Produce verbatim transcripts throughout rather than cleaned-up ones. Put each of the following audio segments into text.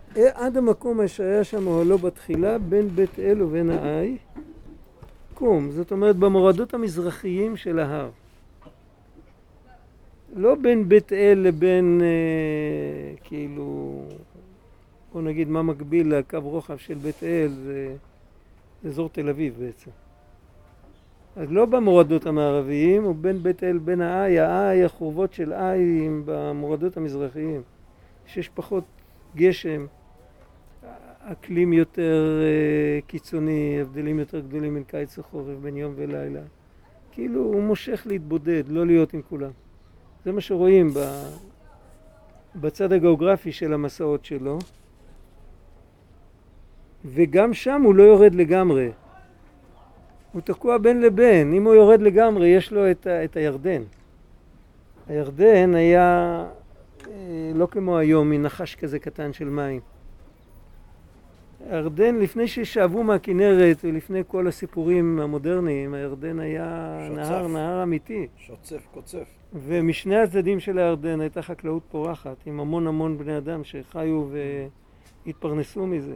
עד המקום אשר היה שם אוהלו בתחילה בין בית אל ובין העי, קום, זאת אומרת במורדות המזרחיים של ההר. לא בין בית אל לבין אה, כאילו, בוא נגיד מה מקביל לקו רוחב של בית אל, זה אזור תל אביב בעצם. אז לא במורדות המערביים, הוא בין בית אל בין העי, העי, החורבות של העי הם במורדות המזרחיים, שיש פחות גשם, אקלים יותר uh, קיצוני, הבדלים יותר גדולים בין קיץ וחורף, בין יום ולילה. כאילו הוא מושך להתבודד, לא להיות עם כולם. זה מה שרואים ב... בצד הגיאוגרפי של המסעות שלו. וגם שם הוא לא יורד לגמרי. הוא תקוע בין לבין. אם הוא יורד לגמרי, יש לו את, ה... את הירדן. הירדן היה אה, לא כמו היום, מנחש כזה קטן של מים. הירדן, לפני ששאבו מהכנרת ולפני כל הסיפורים המודרניים, הירדן היה שוצף. נהר, נהר אמיתי. שוצף, קוצף. ומשני הצדדים של הירדן הייתה חקלאות פורחת, עם המון המון בני אדם שחיו והתפרנסו מזה.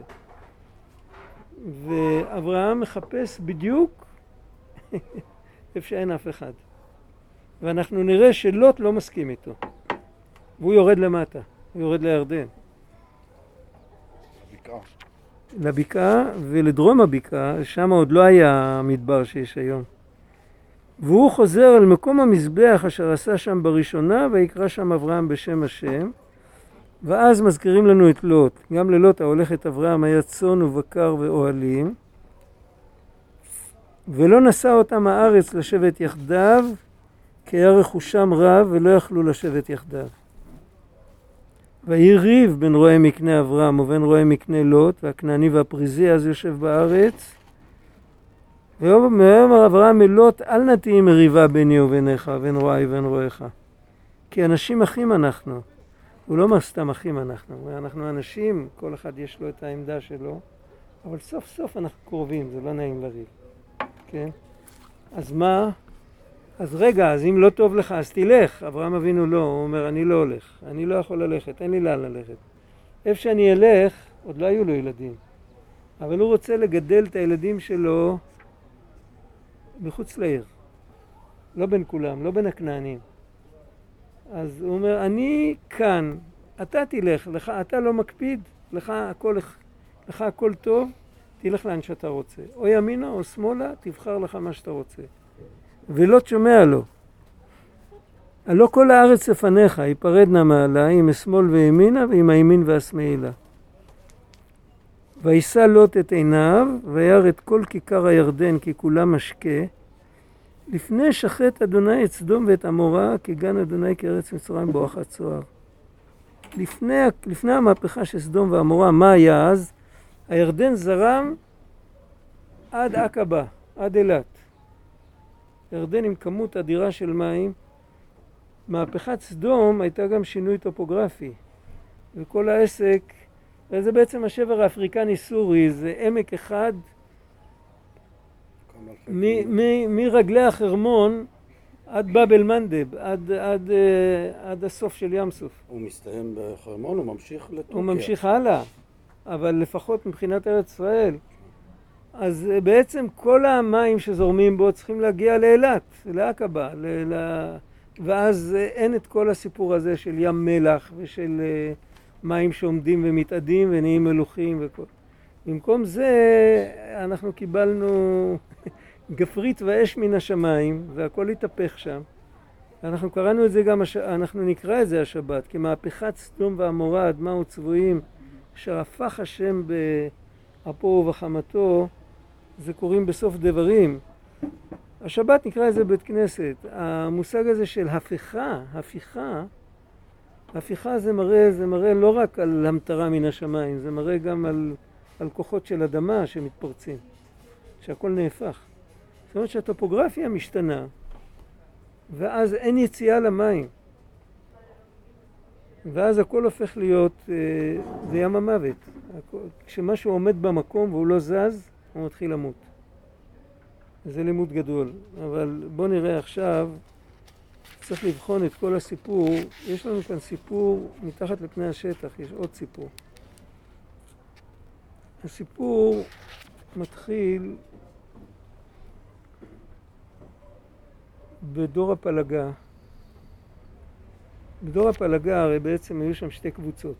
ואברהם מחפש בדיוק איפה שאין אף אחד. ואנחנו נראה שלוט לא מסכים איתו. והוא יורד למטה, הוא יורד לירדן. בקעה. לבקעה ולדרום הבקעה, שם עוד לא היה המדבר שיש היום. והוא חוזר אל מקום המזבח אשר עשה שם בראשונה, ויקרא שם אברהם בשם השם. ואז מזכירים לנו את לוט. גם ללוט ההולך את אברהם היה צאן ובקר ואוהלים. ולא נשא אותם הארץ לשבת יחדיו, כי היה רכושם רב ולא יכלו לשבת יחדיו. ויהי ריב בין רועי מקנה אברהם ובין רועי מקנה לוט, והכנעני והפריזי אז יושב בארץ. ויאמר אברהם אל לוט, אל נא תהי מריבה ביני וביניך, בין רועי ובין רועיך. כי אנשים אחים אנחנו. הוא לא אומר סתם אחים אנחנו. אנחנו אנשים, כל אחד יש לו את העמדה שלו, אבל סוף סוף אנחנו קרובים, זה לא נעים לריב. כן? אז מה? אז רגע, אז אם לא טוב לך, אז תלך. אברהם אבינו לא, הוא אומר, אני לא הולך. אני לא יכול ללכת, אין לי לאן ללכת. איפה שאני אלך, עוד לא היו לו ילדים. אבל הוא רוצה לגדל את הילדים שלו מחוץ לעיר. לא בין כולם, לא בין הכנענים. אז הוא אומר, אני כאן, אתה תלך, לך, אתה לא מקפיד, לך הכל, לך הכל טוב, תלך לאן שאתה רוצה. או ימינה או שמאלה, תבחר לך מה שאתה רוצה. ולא תשומע לו. הלא כל הארץ לפניך, ייפרדנה מעלי, עם השמאל וימינה ועם הימין והשמאלה. וישא לוט את עיניו, וירא את כל כיכר הירדן, כי כולה משקה. לפני שחט אדוני את סדום ואת עמורה, כי גן אדוני כארץ מצרים בואכה צוהר. לפני, לפני המהפכה של סדום ועמורה, מה היה אז? הירדן זרם עד עקבה, עד אילת. ירדן עם כמות אדירה של מים. מהפכת סדום הייתה גם שינוי טופוגרפי. וכל העסק, וזה בעצם השבר האפריקני סורי, זה עמק אחד מרגלי החרמון עד באב אל מנדב, עד, עד, עד הסוף של ים סוף. הוא מסתיים בחרמון, הוא ממשיך לטורקיה. הוא ממשיך הלאה, אבל לפחות מבחינת ארץ ישראל. אז בעצם כל המים שזורמים בו צריכים להגיע לאילת, לעקבה, ל... ואז אין את כל הסיפור הזה של ים מלח ושל מים שעומדים ומתאדים ונהיים מלוכים וכל. במקום זה אנחנו קיבלנו גפרית ואש מן השמיים והכל התהפך שם. אנחנו קראנו את זה גם, אנחנו נקרא את זה השבת, כמהפכת סדום ועמורה, אדמה וצבועים, אשר הפך השם באפו ובחמתו, זה קוראים בסוף דברים. השבת נקרא את זה בית כנסת. המושג הזה של הפיכה, הפיכה, הפיכה זה מראה, זה מראה לא רק על המטרה מן השמיים, זה מראה גם על, על כוחות של אדמה שמתפרצים, שהכל נהפך. זאת אומרת שהטופוגרפיה משתנה, ואז אין יציאה למים. ואז הכל הופך להיות, זה ים המוות. כשמשהו עומד במקום והוא לא זז, הוא מתחיל למות. זה לימוד גדול. אבל בוא נראה עכשיו, צריך לבחון את כל הסיפור. יש לנו כאן סיפור מתחת לפני השטח, יש עוד סיפור. הסיפור מתחיל בדור הפלגה. בדור הפלגה הרי בעצם היו שם שתי קבוצות.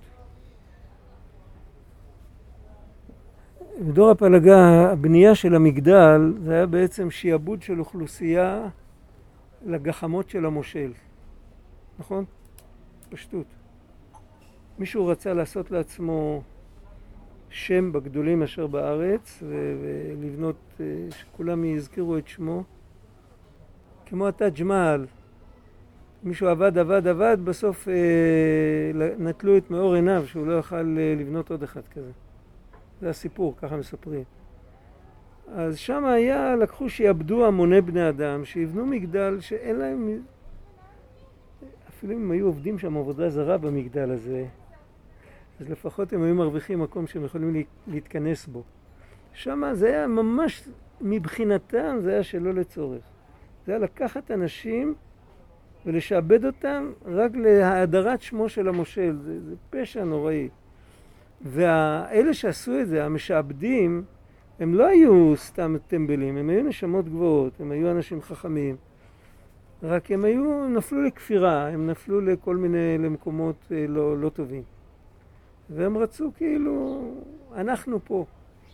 בדור הפלגה, הבנייה של המגדל, זה היה בעצם שיעבוד של אוכלוסייה לגחמות של המושל. נכון? פשטות. מישהו רצה לעשות לעצמו שם בגדולים אשר בארץ, ולבנות, שכולם יזכירו את שמו. כמו הטאג' מהל. מישהו עבד, עבד, עבד, בסוף נטלו את מאור עיניו, שהוא לא יוכל לבנות עוד אחד כזה. זה הסיפור, ככה מספרים. אז שם היה, לקחו שיעבדו המוני בני אדם, שיבנו מגדל שאין להם, אפילו אם היו עובדים שם עבודה זרה במגדל הזה, אז לפחות הם היו מרוויחים מקום שהם יכולים להתכנס בו. שם זה היה ממש, מבחינתם זה היה שלא לצורך. זה היה לקחת אנשים ולשעבד אותם רק להאדרת שמו של המושל. זה, זה פשע נוראי. ואלה שעשו את זה, המשעבדים, הם לא היו סתם טמבלים, הם היו נשמות גבוהות, הם היו אנשים חכמים. רק הם היו, נפלו לכפירה, הם נפלו לכל מיני, למקומות לא, לא טובים. והם רצו כאילו, אנחנו פה.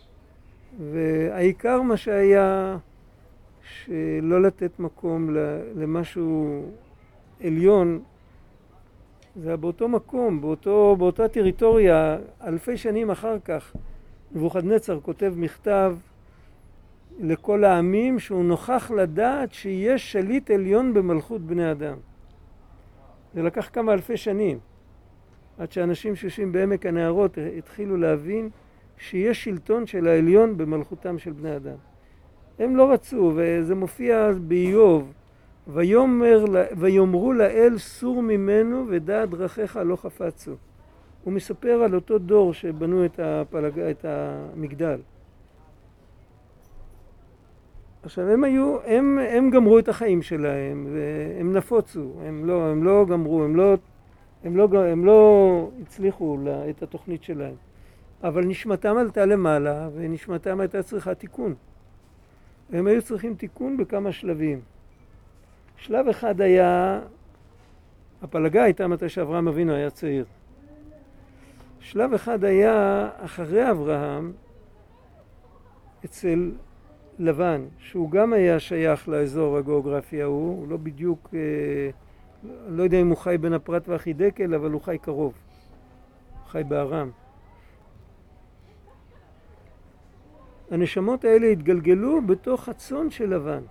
והעיקר מה שהיה, שלא לתת מקום למשהו עליון, זה היה באותו מקום, באותו, באותה טריטוריה, אלפי שנים אחר כך, נבוכדנצר כותב מכתב לכל העמים שהוא נוכח לדעת שיש שליט עליון במלכות בני אדם. זה לקח כמה אלפי שנים, עד שאנשים שיושבים בעמק הנהרות התחילו להבין שיש שלטון של העליון במלכותם של בני אדם. הם לא רצו, וזה מופיע באיוב, ויאמר, ויאמרו לאל סור ממנו ודע דרכיך לא חפצו. הוא מספר על אותו דור שבנו את, הפלג... את המגדל. עכשיו הם היו, הם, הם גמרו את החיים שלהם, והם נפוצו, הם לא, הם לא גמרו, הם לא, הם לא, הם לא הצליחו את התוכנית שלהם. אבל נשמתם עלתה למעלה, ונשמתם הייתה צריכה תיקון. והם היו צריכים תיקון בכמה שלבים. שלב אחד היה, הפלגה הייתה מתי שאברהם אבינו היה צעיר. שלב אחד היה אחרי אברהם אצל לבן, שהוא גם היה שייך לאזור הגיאוגרפי ההוא, הוא לא בדיוק, אה, לא יודע אם הוא חי בין הפרת והחידקל, אבל הוא חי קרוב, הוא חי בארם. הנשמות האלה התגלגלו בתוך הצאן של לבן.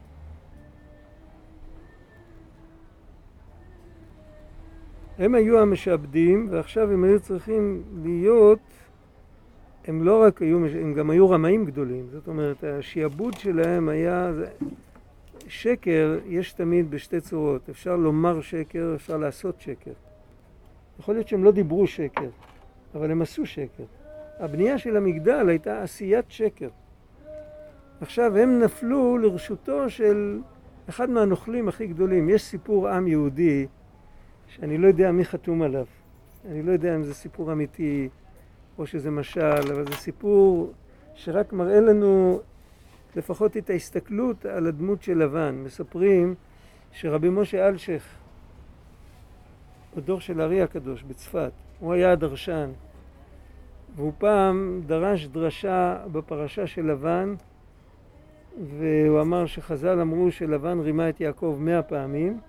הם היו המשעבדים, ועכשיו הם היו צריכים להיות, הם לא רק היו, הם גם היו רמאים גדולים. זאת אומרת, השיעבוד שלהם היה, שקר יש תמיד בשתי צורות. אפשר לומר שקר, אפשר לעשות שקר. יכול להיות שהם לא דיברו שקר, אבל הם עשו שקר. הבנייה של המגדל הייתה עשיית שקר. עכשיו הם נפלו לרשותו של אחד מהנוכלים הכי גדולים. יש סיפור עם יהודי שאני לא יודע מי חתום עליו. אני לא יודע אם זה סיפור אמיתי או שזה משל, אבל זה סיפור שרק מראה לנו לפחות את ההסתכלות על הדמות של לבן. מספרים שרבי משה אלשך, בדור של הארי הקדוש בצפת, הוא היה הדרשן, והוא פעם דרש דרשה בפרשה של לבן, והוא אמר שחז"ל אמרו שלבן רימה את יעקב מאה פעמים,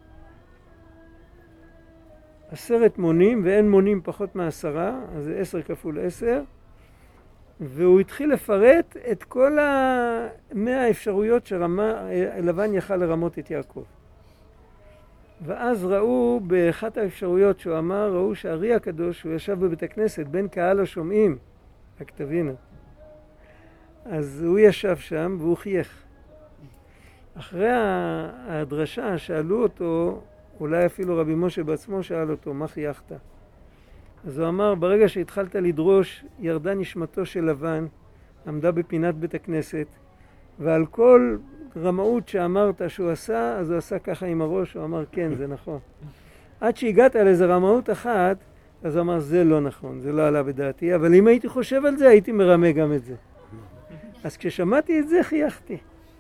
עשרת מונים, ואין מונים פחות מעשרה, אז זה עשר כפול עשר, והוא התחיל לפרט את כל המאה האפשרויות שלבן יכל לרמות את יעקב. ואז ראו באחת האפשרויות שהוא אמר, ראו שהארי הקדוש, הוא ישב בבית הכנסת בין קהל השומעים, רק תבינו. אז הוא ישב שם והוא חייך. אחרי הדרשה שאלו אותו, אולי אפילו רבי משה בעצמו שאל אותו, מה חייכת? אז הוא אמר, ברגע שהתחלת לדרוש, ירדה נשמתו של לבן, עמדה בפינת בית הכנסת, ועל כל רמאות שאמרת שהוא עשה, אז הוא עשה ככה עם הראש, הוא אמר, כן, זה נכון. עד שהגעת לאיזה רמאות אחת, אז הוא אמר, זה לא נכון, זה לא עלה בדעתי, אבל אם הייתי חושב על זה, הייתי מרמה גם את זה. אז כששמעתי את זה, חייכתי.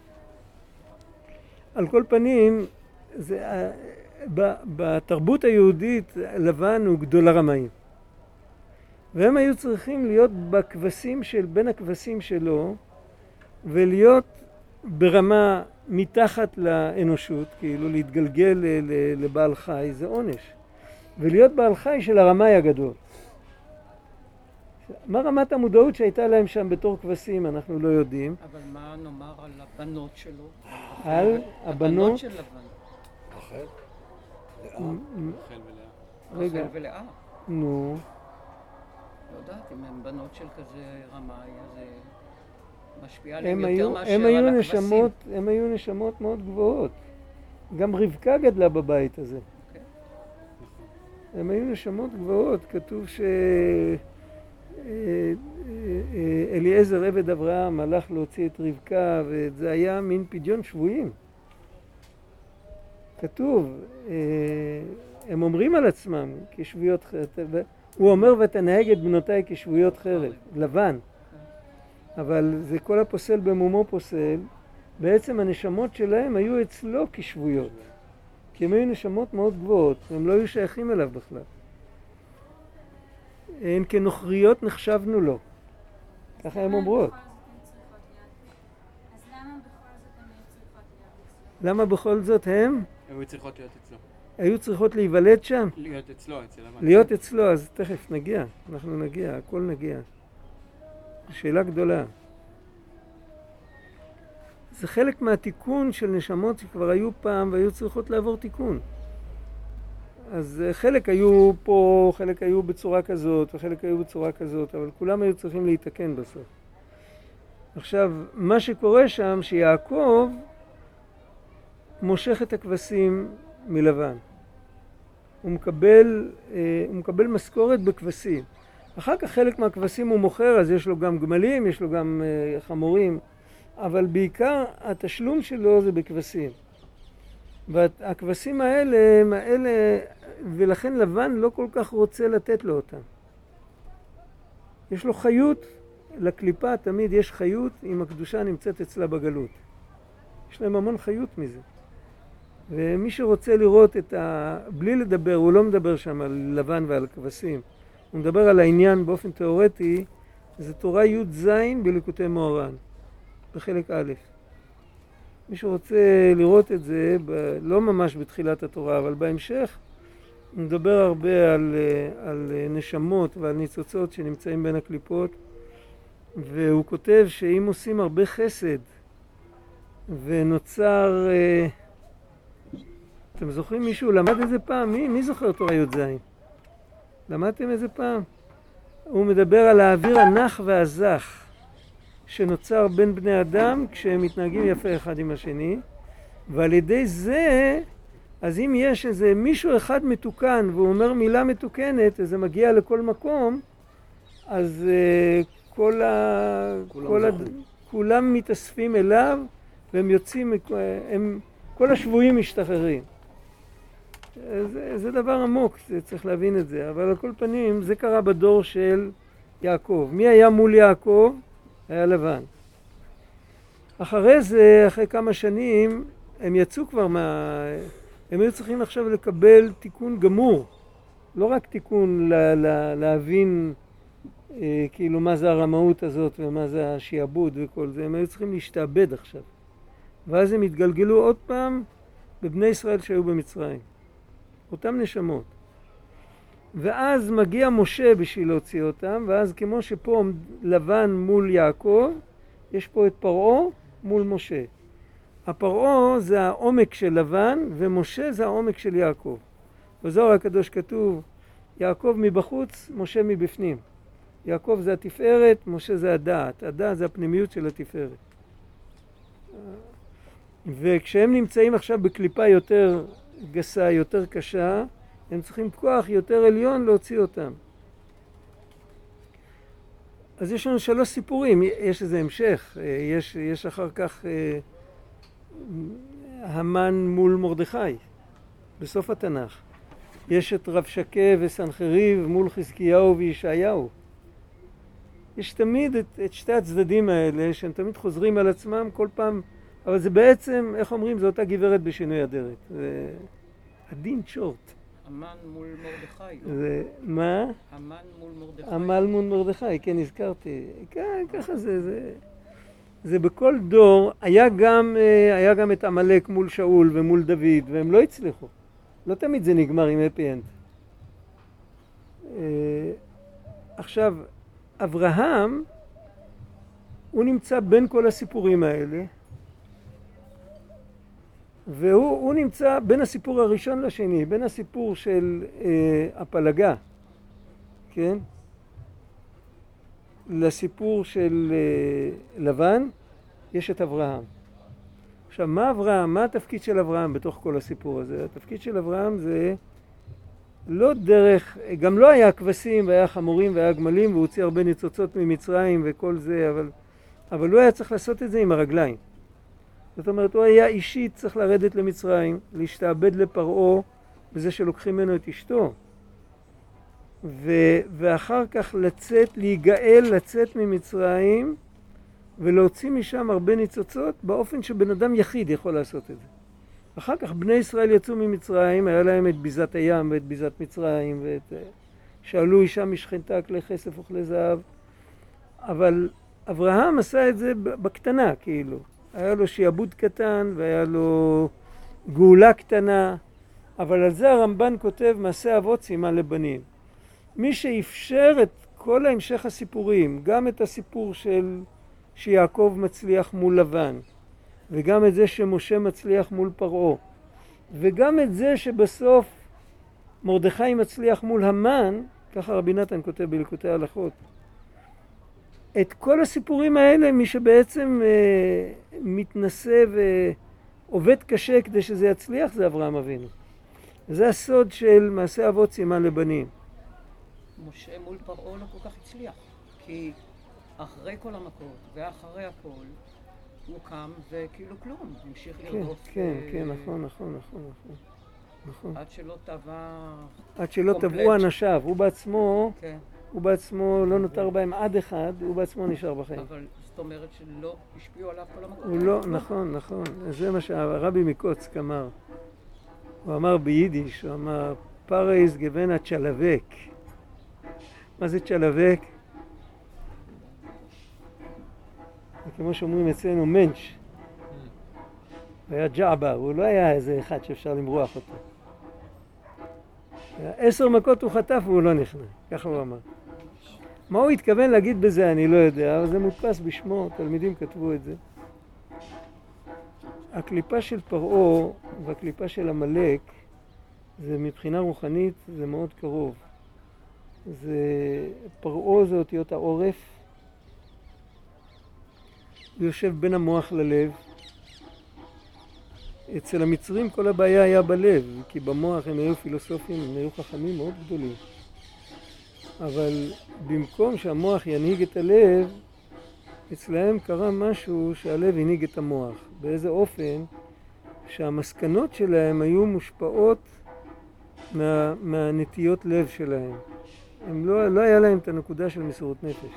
על כל פנים, זה, בתרבות היהודית, לבן הוא גדול הרמאים. והם היו צריכים להיות בכבשים של, בין הכבשים שלו, ולהיות ברמה מתחת לאנושות, כאילו להתגלגל לבעל חי, זה עונש. ולהיות בעל חי של הרמאי הגדול. מה רמת המודעות שהייתה להם שם בתור כבשים, אנחנו לא יודעים. אבל מה נאמר על הבנות שלו? על הבנות? הבנות של לבן. רחל? לאה? רחל ולאה. רגע. רחל ולאה. נו. לא יודעת, אם הן בנות של כזה רמאי, אז זה משפיע הם עליהם יותר היו, מאשר הם על היו הכבשים. נשמות, הם היו נשמות מאוד גבוהות. גם רבקה גדלה בבית הזה. אוקיי. הם היו נשמות גבוהות. כתוב ש... אליעזר עבד אברהם הלך להוציא את רבקה, וזה היה מין פדיון שבויים. כתוב, הם אומרים על עצמם כשבויות חרב. הוא אומר, ותנהג את בנותיי כשבויות חרב, לבן. אבל זה כל הפוסל במומו פוסל. בעצם הנשמות שלהם היו אצלו כשבויות. כי הם היו נשמות מאוד גבוהות, הם לא היו שייכים אליו בכלל. הן כנוכריות נחשבנו לו. ככה הן אומרות. אז למה בכל זאת הן היו צריכות להיות אצלו? למה בכל זאת הם היו צריכות להיות אצלו. היו צריכות להיוולד שם? להיות אצלו, אצל לבן. להיות אצלו, אז תכף נגיע. אנחנו נגיע, הכל נגיע. שאלה גדולה. זה חלק מהתיקון של נשמות שכבר היו פעם והיו צריכות לעבור תיקון. אז חלק היו פה, חלק היו בצורה כזאת וחלק היו בצורה כזאת, אבל כולם היו צריכים להתקן בסוף. עכשיו, מה שקורה שם, שיעקב מושך את הכבשים מלבן. הוא מקבל, הוא מקבל משכורת בכבשים. אחר כך חלק מהכבשים הוא מוכר, אז יש לו גם גמלים, יש לו גם חמורים, אבל בעיקר התשלום שלו זה בכבשים. והכבשים האלה הם האלה, ולכן לבן לא כל כך רוצה לתת לו אותם. יש לו חיות, לקליפה תמיד יש חיות אם הקדושה נמצאת אצלה בגלות. יש להם המון חיות מזה. ומי שרוצה לראות את ה... בלי לדבר, הוא לא מדבר שם על לבן ועל כבשים. הוא מדבר על העניין באופן תיאורטי, זה תורה י' ז' בליקוטי מוהר"ן, בחלק א'. מי שרוצה לראות את זה, ב... לא ממש בתחילת התורה, אבל בהמשך, הוא מדבר הרבה על, על נשמות ועל ניצוצות שנמצאים בין הקליפות, והוא כותב שאם עושים הרבה חסד ונוצר... אתם זוכרים מישהו למד איזה פעם? מי, מי זוכר תורה י' ז'? למדתם איזה פעם? הוא מדבר על האוויר הנח והזך שנוצר בין בני אדם כשהם מתנהגים יפה אחד עם השני, ועל ידי זה, אז אם יש איזה מישהו אחד מתוקן והוא אומר מילה מתוקנת וזה מגיע לכל מקום, אז uh, כל ה... כל ה... כולם מתאספים אליו והם יוצאים, הם... כל השבויים משתחררים. זה, זה דבר עמוק, זה צריך להבין את זה, אבל על כל פנים זה קרה בדור של יעקב. מי היה מול יעקב? היה לבן. אחרי זה, אחרי כמה שנים, הם יצאו כבר מה... הם היו צריכים עכשיו לקבל תיקון גמור. לא רק תיקון לה, לה, להבין אה, כאילו מה זה הרמאות הזאת ומה זה השיעבוד וכל זה. הם היו צריכים להשתעבד עכשיו. ואז הם התגלגלו עוד פעם בבני ישראל שהיו במצרים. אותם נשמות. ואז מגיע משה בשביל להוציא אותם, ואז כמו שפה לבן מול יעקב, יש פה את פרעה מול משה. הפרעה זה העומק של לבן, ומשה זה העומק של יעקב. בזוהר הקדוש כתוב, יעקב מבחוץ, משה מבפנים. יעקב זה התפארת, משה זה הדעת. הדעת זה הפנימיות של התפארת. וכשהם נמצאים עכשיו בקליפה יותר גסה, יותר קשה, הם צריכים כוח יותר עליון להוציא אותם. אז יש לנו שלוש סיפורים, יש איזה המשך, יש, יש אחר כך המן מול מרדכי, בסוף התנ"ך. יש את רב שקה וסנחריב מול חזקיהו וישעיהו. יש תמיד את, את שתי הצדדים האלה שהם תמיד חוזרים על עצמם כל פעם, אבל זה בעצם, איך אומרים, זו אותה גברת בשינוי אדרת. זה הדין שורט. המן מול מרדכי. לא? זה, מה? המן מול מרדכי. המן מול מרדכי, כן, הזכרתי. כן, ככה זה, זה, זה בכל דור. היה גם, היה גם את עמלק מול שאול ומול דוד, והם לא הצליחו. לא תמיד זה נגמר עם הפי אנד. עכשיו, אברהם, הוא נמצא בין כל הסיפורים האלה, והוא נמצא בין הסיפור הראשון לשני, בין הסיפור של אה, הפלגה, כן? לסיפור של אה, לבן, יש את אברהם. עכשיו, מה אברהם? מה התפקיד של אברהם בתוך כל הסיפור הזה? התפקיד של אברהם זה לא דרך, גם לא היה כבשים והיה חמורים והיה גמלים והוא הוציא הרבה ניצוצות ממצרים וכל זה, אבל, אבל הוא היה צריך לעשות את זה עם הרגליים. זאת אומרת, הוא היה אישית צריך לרדת למצרים, להשתעבד לפרעה בזה שלוקחים ממנו את אשתו. ו, ואחר כך לצאת, להיגאל, לצאת ממצרים ולהוציא משם הרבה ניצוצות באופן שבן אדם יחיד יכול לעשות את זה. אחר כך בני ישראל יצאו ממצרים, היה להם את ביזת הים ואת ביזת מצרים, ואת שאלו אישה משכנתה כלי כסף וכלי זהב. אבל אברהם עשה את זה בקטנה, כאילו. היה לו שיעבוד קטן והיה לו גאולה קטנה, אבל על זה הרמב"ן כותב מעשה אבות סימן לבנים. מי שאפשר את כל ההמשך הסיפורים, גם את הסיפור של שיעקב מצליח מול לבן, וגם את זה שמשה מצליח מול פרעה, וגם את זה שבסוף מרדכי מצליח מול המן, ככה רבי נתן כותב בליקוטי ההלכות. את כל הסיפורים האלה, מי שבעצם אה, מתנסה ועובד קשה כדי שזה יצליח, זה אברהם אבינו. זה הסוד של מעשה אבות סימן לבנים. משה מול פרעה לא כל כך הצליח, כי אחרי כל המכות ואחרי הכל, הוא קם וכאילו כלום, המשיך לרדוף. כן, כן, כן, נכון, נכון, נכון, נכון. עד שלא טבע... עד שלא טבעו אנשיו, הוא בעצמו, כן. הוא בעצמו לא נותר בהם עד אחד, הוא בעצמו נשאר בחיים. אבל זאת אומרת שלא השפיעו עליו כל המכות. הוא לא, נכון, נכון. זה מה שהרבי מקוצק אמר. הוא אמר ביידיש, הוא אמר, פרייס גוונה צ'לווק. מה זה צ'לווק? כמו שאומרים אצלנו, מנץ'. הוא היה ג'עבר, הוא לא היה איזה אחד שאפשר למרוח אותו. עשר מכות הוא חטף והוא לא נכנע, ככה הוא אמר. מה הוא התכוון להגיד בזה אני לא יודע, אבל זה מודפס בשמו, תלמידים כתבו את זה. הקליפה של פרעה והקליפה של עמלק, זה מבחינה רוחנית, זה מאוד קרוב. זה, פרעה זה אותיות העורף, הוא יושב בין המוח ללב. אצל המצרים כל הבעיה היה בלב, כי במוח הם היו פילוסופים, הם היו חכמים מאוד גדולים. אבל במקום שהמוח ינהיג את הלב, אצלהם קרה משהו שהלב ינהיג את המוח. באיזה אופן שהמסקנות שלהם היו מושפעות מה, מהנטיות לב שלהם. הם לא, לא היה להם את הנקודה של מסירות נפש.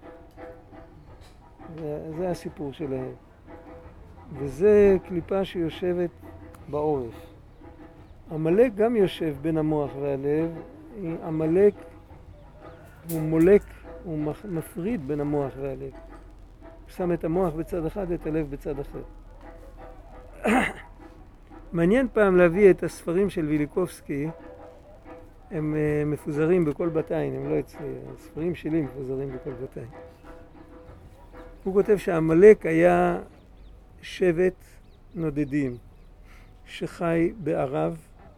זה, זה הסיפור שלהם. וזה קליפה שיושבת בעורף. עמלק גם יושב בין המוח והלב. עמלק הוא מולק, הוא מפריד בין המוח והלב. הוא שם את המוח בצד אחד, את הלב בצד אחר. מעניין פעם להביא את הספרים של ויליקובסקי. הם מפוזרים בכל בתיים, הם לא אצלי. הספרים שלי מפוזרים בכל בתיים. הוא כותב שעמלק היה שבט נודדים שחי בערב,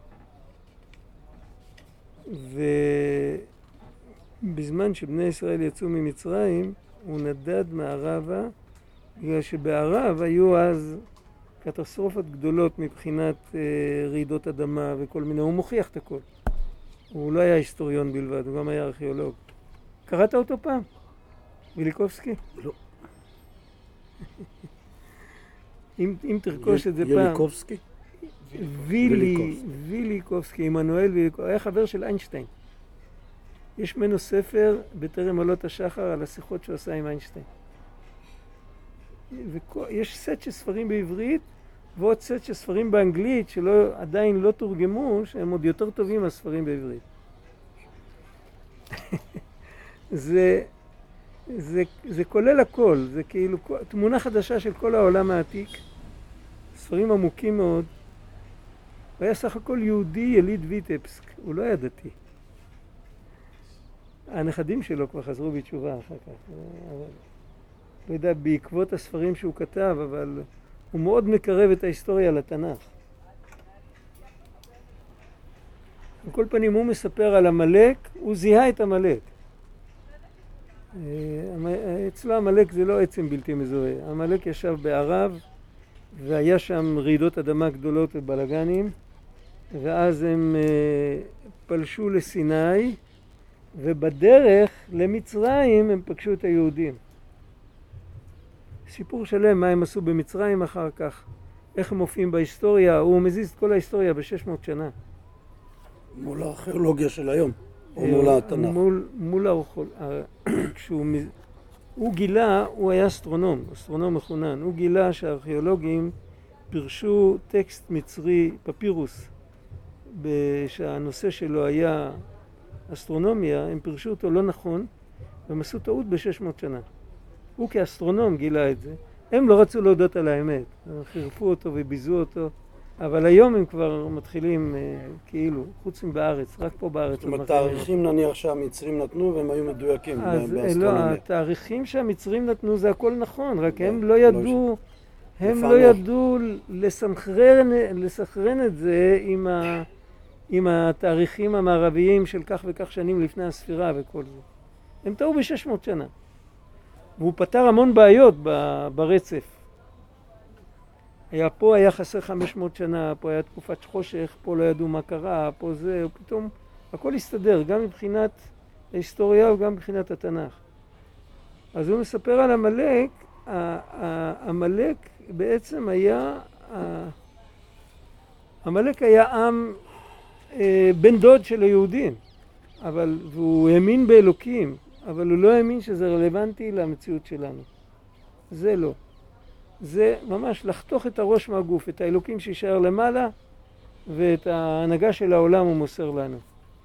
ובזמן שבני ישראל יצאו ממצרים הוא נדד מערבה, בגלל שבערב היו אז קטסטרופות גדולות מבחינת אה, רעידות אדמה וכל מיני. הוא מוכיח את הכל. הוא לא היה היסטוריון בלבד, הוא גם היה ארכיאולוג. קראת אותו פעם? ויליקובסקי? לא. אם, אם תרכוש את זה פעם. ויליקובסקי? וילי, ויליקובסקי. ויליקובסקי, עמנואל ויליקובסקי, היה חבר של איינשטיין. יש ממנו ספר בטרם עלות השחר על השיחות שהוא עשה עם איינשטיין. יש סט של ספרים בעברית ועוד סט של ספרים באנגלית שעדיין לא תורגמו, שהם עוד יותר טובים מהספרים בעברית. זה, זה, זה כולל הכל, זה כאילו תמונה חדשה של כל העולם העתיק, ספרים עמוקים מאוד. הוא היה סך הכל יהודי יליד ויטבסק, הוא לא היה דתי. הנכדים שלו כבר חזרו בתשובה אחר כך, אבל לא יודע, בעקבות הספרים שהוא כתב, אבל הוא מאוד מקרב את ההיסטוריה לתנ"ך. על כל פנים הוא מספר על המלך, הוא זיהה את המלך. אצלו המלך זה לא עצם בלתי מזוהה. המלך ישב בערב והיה שם רעידות אדמה גדולות ובלגנים, ואז הם פלשו לסיני, ובדרך למצרים הם פגשו את היהודים. סיפור שלם מה הם עשו במצרים אחר כך, איך הם מופיעים בהיסטוריה, הוא מזיז את כל ההיסטוריה ב-שש מאות שנה. מול הארכיאולוגיה של היום, או מול התנ"ך. מול, מול הארכיאולוגיה, כשהוא הוא גילה, הוא היה אסטרונום, אסטרונום מחונן, הוא גילה שהארכיאולוגים פירשו טקסט מצרי, פפירוס, שהנושא שלו היה אסטרונומיה, הם פירשו אותו לא נכון, והם עשו טעות ב-שש מאות שנה. הוא כאסטרונום גילה את זה. הם לא רצו להודות על האמת, הם חירפו אותו וביזו אותו, אבל היום הם כבר מתחילים כאילו, חוץ מבארץ, רק פה בארץ. זאת אומרת, תאריכים נניח שהמצרים נתנו והם היו מדויקים באסטרונומיה. לא, התאריכים שהמצרים נתנו זה הכל נכון, רק הם לא ידעו, הם לא ידעו לסנכרן את זה עם ה... עם התאריכים המערביים של כך וכך שנים לפני הספירה וכל זה. הם טעו ב-שש מאות שנה. והוא פתר המון בעיות ברצף. היה פה היה חסר חמש מאות שנה, פה היה תקופת חושך, פה לא ידעו מה קרה, פה זה, ופתאום הכל הסתדר, גם מבחינת ההיסטוריה וגם מבחינת התנ"ך. אז הוא מספר על המלך, המלך בעצם היה, המלך היה עם בן דוד של היהודים, אבל הוא האמין באלוקים, אבל הוא לא האמין שזה רלוונטי למציאות שלנו. זה לא. זה ממש לחתוך את הראש מהגוף, את האלוקים שישאר למעלה, ואת ההנהגה של העולם הוא מוסר לנו.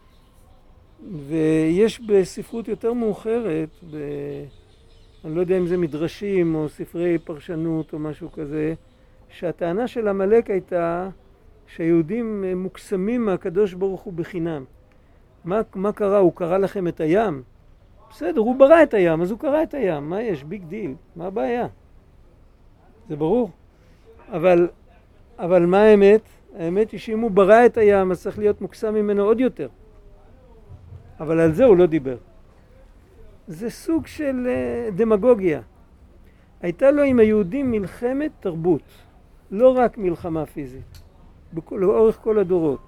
ויש בספרות יותר מאוחרת, ב... אני לא יודע אם זה מדרשים או ספרי פרשנות או משהו כזה, שהטענה של המלך הייתה שהיהודים מוקסמים מהקדוש ברוך הוא בחינם. מה, מה קרה? הוא קרא לכם את הים? בסדר, הוא ברא את הים, אז הוא קרא את הים. מה יש? ביג דיל. מה הבעיה? זה ברור. אבל, אבל מה האמת? האמת היא שאם הוא ברא את הים, אז צריך להיות מוקסם ממנו עוד יותר. אבל על זה הוא לא דיבר. זה סוג של דמגוגיה. הייתה לו עם היהודים מלחמת תרבות, לא רק מלחמה פיזית, בכל, לאורך כל הדורות.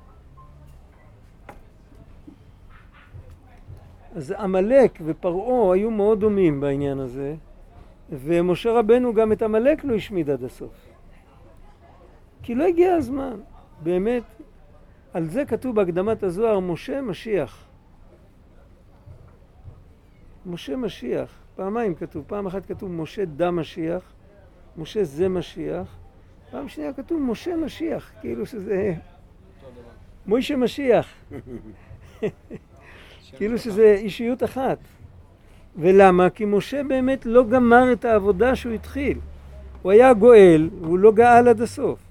אז עמלק ופרעה היו מאוד דומים בעניין הזה, ומשה רבנו גם את עמלק לא השמיד עד הסוף. כי לא הגיע הזמן, באמת. על זה כתוב בהקדמת הזוהר, משה משיח. משה משיח, פעמיים כתוב, פעם אחת כתוב משה דה משיח, משה זה משיח, פעם שנייה כתוב משה משיח, כאילו שזה מוישה משיח, כאילו שזה אישיות אחת. ולמה? כי משה באמת לא גמר את העבודה שהוא התחיל. הוא היה גואל, והוא לא גאל עד הסוף.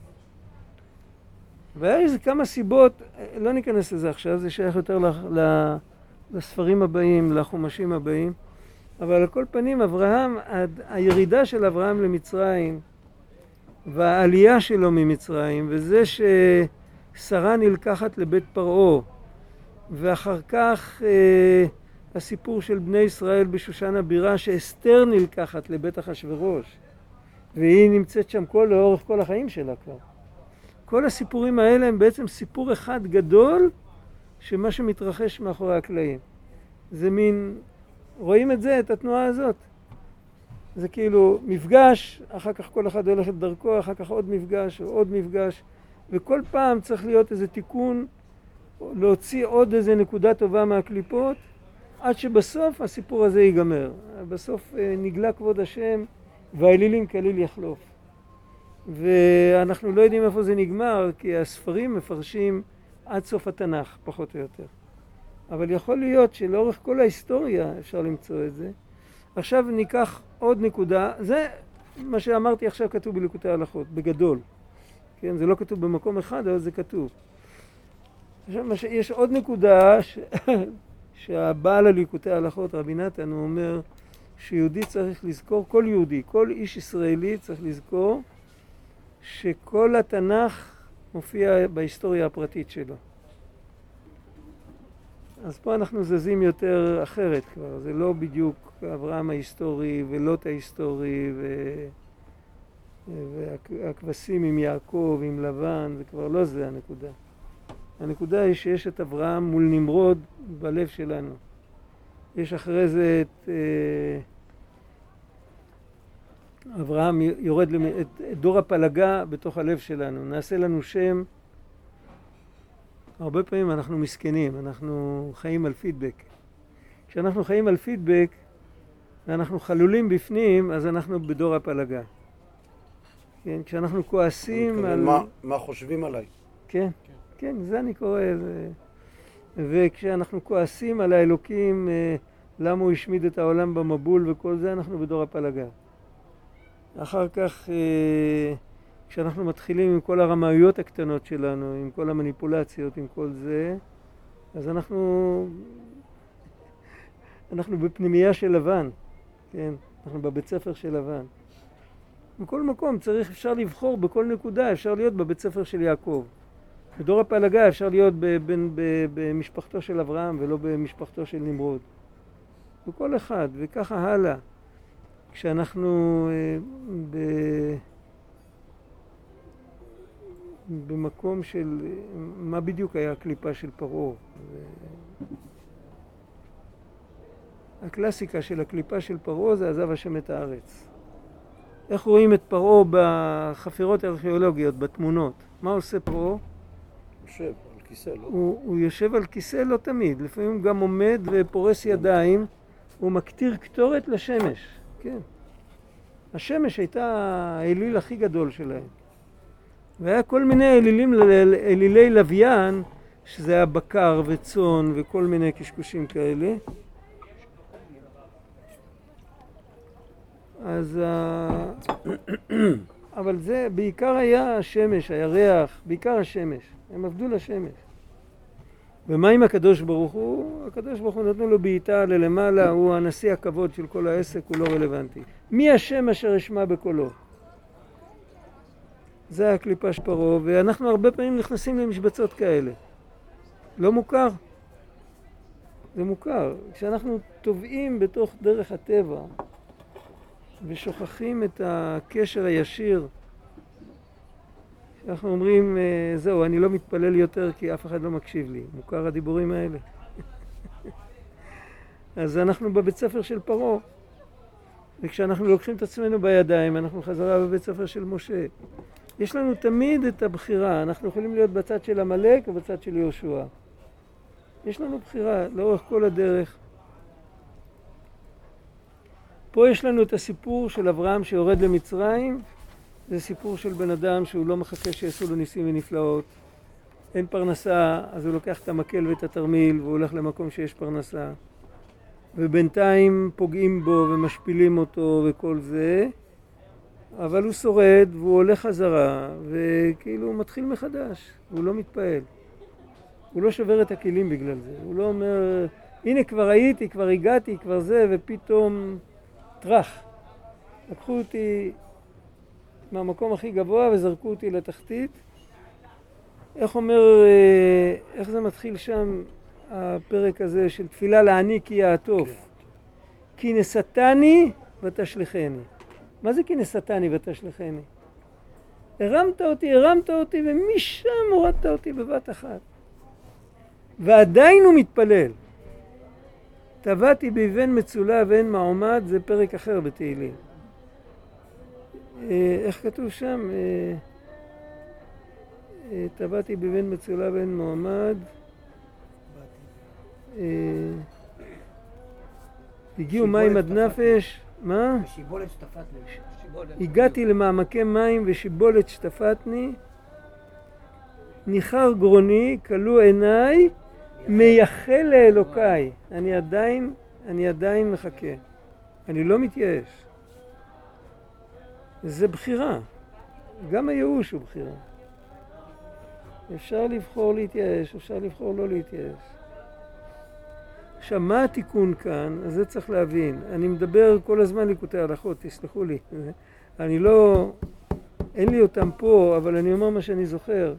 והיה איזה כמה סיבות, לא ניכנס לזה עכשיו, זה שייך יותר לספרים הבאים, לחומשים הבאים. אבל על כל פנים, אברהם, הירידה של אברהם למצרים, והעלייה שלו ממצרים, וזה ששרה נלקחת לבית פרעה, ואחר כך אה, הסיפור של בני ישראל בשושן הבירה, שאסתר נלקחת לבית אחשוורוש, והיא נמצאת שם כל, לאורך כל החיים שלה כבר. כל הסיפורים האלה הם בעצם סיפור אחד גדול, שמה שמתרחש מאחורי הקלעים. זה מין, רואים את זה, את התנועה הזאת. זה כאילו מפגש, אחר כך כל אחד הולך את דרכו, אחר כך עוד מפגש, עוד מפגש. וכל פעם צריך להיות איזה תיקון, להוציא עוד איזה נקודה טובה מהקליפות, עד שבסוף הסיפור הזה ייגמר. בסוף נגלה כבוד השם, והאלילים כליל יחלוף. ואנחנו לא יודעים איפה זה נגמר, כי הספרים מפרשים עד סוף התנ"ך, פחות או יותר. אבל יכול להיות שלאורך כל ההיסטוריה אפשר למצוא את זה. עכשיו ניקח עוד נקודה, זה מה שאמרתי עכשיו כתוב בליקוטי ההלכות, בגדול. כן, זה לא כתוב במקום אחד, אבל זה כתוב. עכשיו, יש עוד נקודה ש... שהבעל הליקוטי ההלכות, רבי נתן, הוא אומר שיהודי צריך לזכור, כל יהודי, כל איש ישראלי צריך לזכור שכל התנ"ך מופיע בהיסטוריה הפרטית שלו. אז פה אנחנו זזים יותר אחרת כבר, זה לא בדיוק אברהם ההיסטורי ולוט ההיסטורי ו... והכבשים עם יעקב, עם לבן, זה כבר לא זה הנקודה. הנקודה היא שיש את אברהם מול נמרוד בלב שלנו. יש אחרי זה את אברהם יורד למ... את דור הפלגה בתוך הלב שלנו. נעשה לנו שם. הרבה פעמים אנחנו מסכנים, אנחנו חיים על פידבק. כשאנחנו חיים על פידבק ואנחנו חלולים בפנים, אז אנחנו בדור הפלגה. כן, כשאנחנו כועסים על... מה, מה חושבים עליי? כן, כן, זה אני קורא. זה... וכשאנחנו כועסים על האלוקים, למה הוא השמיד את העולם במבול וכל זה, אנחנו בדור הפלגה. אחר כך, כשאנחנו מתחילים עם כל הרמאויות הקטנות שלנו, עם כל המניפולציות, עם כל זה, אז אנחנו, אנחנו בפנימייה של לבן, כן? אנחנו בבית ספר של לבן. בכל מקום צריך, אפשר לבחור בכל נקודה, אפשר להיות בבית ספר של יעקב. בדור הפלגה אפשר להיות במשפחתו של אברהם ולא במשפחתו של נמרוד. בכל אחד, וככה הלאה. כשאנחנו ב... במקום של מה בדיוק היה הקליפה של פרעה. הקלאסיקה של הקליפה של פרעה זה עזב השם את הארץ. איך רואים את פרעה בחפירות הארכיאולוגיות, בתמונות? מה עושה פרעה? יושב על כיסא, לא? הוא, הוא יושב על כיסא לא תמיד, לפעמים הוא גם עומד ופורס ידיים, הוא מקטיר קטורת לשמש, כן. השמש הייתה האליל הכי גדול שלהם. והיה כל מיני אלילים, אלילי לוויין, שזה היה בקר וצאן וכל מיני קשקושים כאלה. אז אבל זה בעיקר היה השמש, הירח, בעיקר השמש. הם עבדו לשמש. ומה עם הקדוש ברוך הוא? הקדוש ברוך הוא נתנו לו בעיטה ללמעלה, הוא הנשיא הכבוד של כל העסק, הוא לא רלוונטי. מי השם אשר ישמע בקולו? זה הקליפה של פרעה, ואנחנו הרבה פעמים נכנסים למשבצות כאלה. לא מוכר? זה מוכר. כשאנחנו טובעים בתוך דרך הטבע ושוכחים את הקשר הישיר, אנחנו אומרים, זהו, אני לא מתפלל יותר כי אף אחד לא מקשיב לי. מוכר הדיבורים האלה. אז אנחנו בבית ספר של פרעה. וכשאנחנו לוקחים את עצמנו בידיים, אנחנו חזרה בבית ספר של משה. יש לנו תמיד את הבחירה. אנחנו יכולים להיות בצד של עמלק ובצד של יהושע. יש לנו בחירה לאורך כל הדרך. פה יש לנו את הסיפור של אברהם שיורד למצרים. זה סיפור של בן אדם שהוא לא מחכה שיעשו לו ניסים ונפלאות. אין פרנסה, אז הוא לוקח את המקל ואת התרמיל והוא הולך למקום שיש פרנסה. ובינתיים פוגעים בו ומשפילים אותו וכל זה. אבל הוא שורד והוא הולך חזרה וכאילו הוא מתחיל מחדש. הוא לא מתפעל. הוא לא שובר את הכלים בגלל זה. הוא לא אומר, הנה כבר הייתי, כבר הגעתי, כבר זה, ופתאום טרח. לקחו אותי מהמקום הכי גבוה וזרקו אותי לתחתית. איך אומר, איך זה מתחיל שם הפרק הזה של תפילה לעני כי יעטוף? כי נשאתני ותשליכני. מה זה כי נשאתני ותשליכני? הרמת אותי, הרמת אותי ומשם הורדת אותי בבת אחת. ועדיין הוא מתפלל. טבעתי באבן מצולה ואין מעומד, זה פרק אחר בתהילים. איך כתוב שם? טבעתי בבן מצולה בן מועמד. הגיעו מים עד נפש. מה? ושיבולת שטפת לי. שיבולת. הגעתי למעמקי מים ושיבולת שטפתני. ניחר גרוני, כלו עיניי, מייחל לאלוקיי. אני עדיין, אני עדיין מחכה. אני לא מתייאש. זה בחירה. גם הייאוש הוא בחירה. אפשר לבחור להתייאש, אפשר לבחור לא להתייאש. עכשיו, מה התיקון כאן? אז זה צריך להבין. אני מדבר כל הזמן ליקוטי הלכות, תסלחו לי. אני לא... אין לי אותם פה, אבל אני אומר מה שאני זוכר.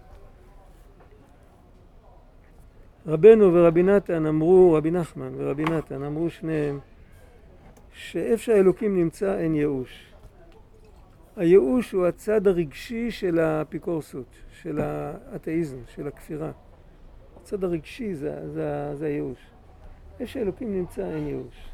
רבנו ורבי נתן אמרו, רבי נחמן ורבי נתן אמרו שניהם, שאיפה שהאלוקים נמצא אין ייאוש. הייאוש הוא הצד הרגשי של האפיקורסות, של האתאיזם, של הכפירה. הצד הרגשי זה, זה, זה הייאוש. איפה שהאלוקים נמצא אין ייאוש.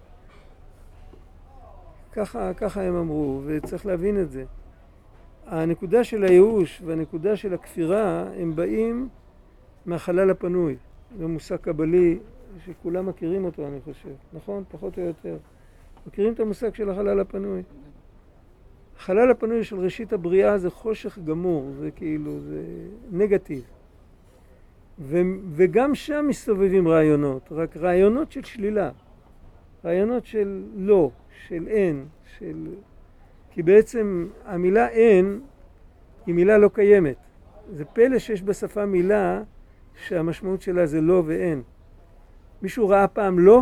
ככה, ככה הם אמרו, וצריך להבין את זה. הנקודה של הייאוש והנקודה של הכפירה הם באים מהחלל הפנוי. זה מושג קבלי שכולם מכירים אותו, אני חושב. נכון? פחות או יותר. מכירים את המושג של החלל הפנוי? החלל הפנוי של ראשית הבריאה זה חושך גמור, זה כאילו, זה נגטיב. ו- וגם שם מסתובבים רעיונות, רק רעיונות של שלילה. רעיונות של לא, של אין, של... כי בעצם המילה אין היא מילה לא קיימת. זה פלא שיש בשפה מילה שהמשמעות שלה זה לא ואין. מישהו ראה פעם לא?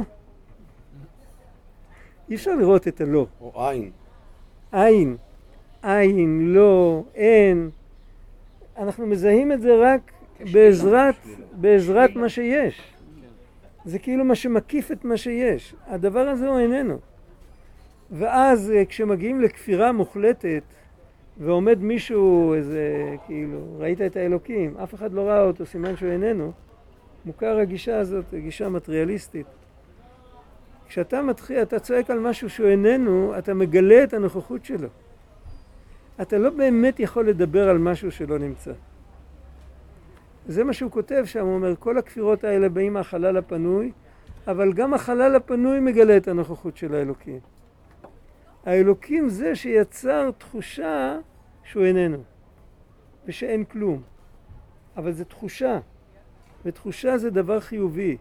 אי אפשר לראות את הלא. או עין. עין. עין, לא, אין. אנחנו מזהים את זה רק בעזרת, בעזרת מה שיש. זה כאילו מה שמקיף את מה שיש. הדבר הזה הוא איננו. ואז כשמגיעים לכפירה מוחלטת, ועומד מישהו איזה, כאילו, ראית את האלוקים, אף אחד לא ראה אותו, סימן שהוא איננו, מוכר הגישה הזאת, גישה מטריאליסטית. כשאתה מתחיל, אתה צועק על משהו שהוא איננו, אתה מגלה את הנוכחות שלו. אתה לא באמת יכול לדבר על משהו שלא נמצא. זה מה שהוא כותב שם, הוא אומר, כל הכפירות האלה באים מהחלל הפנוי, אבל גם החלל הפנוי מגלה את הנוכחות של האלוקים. האלוקים זה שיצר תחושה שהוא איננו, ושאין כלום. אבל זה תחושה, ותחושה זה דבר חיובי.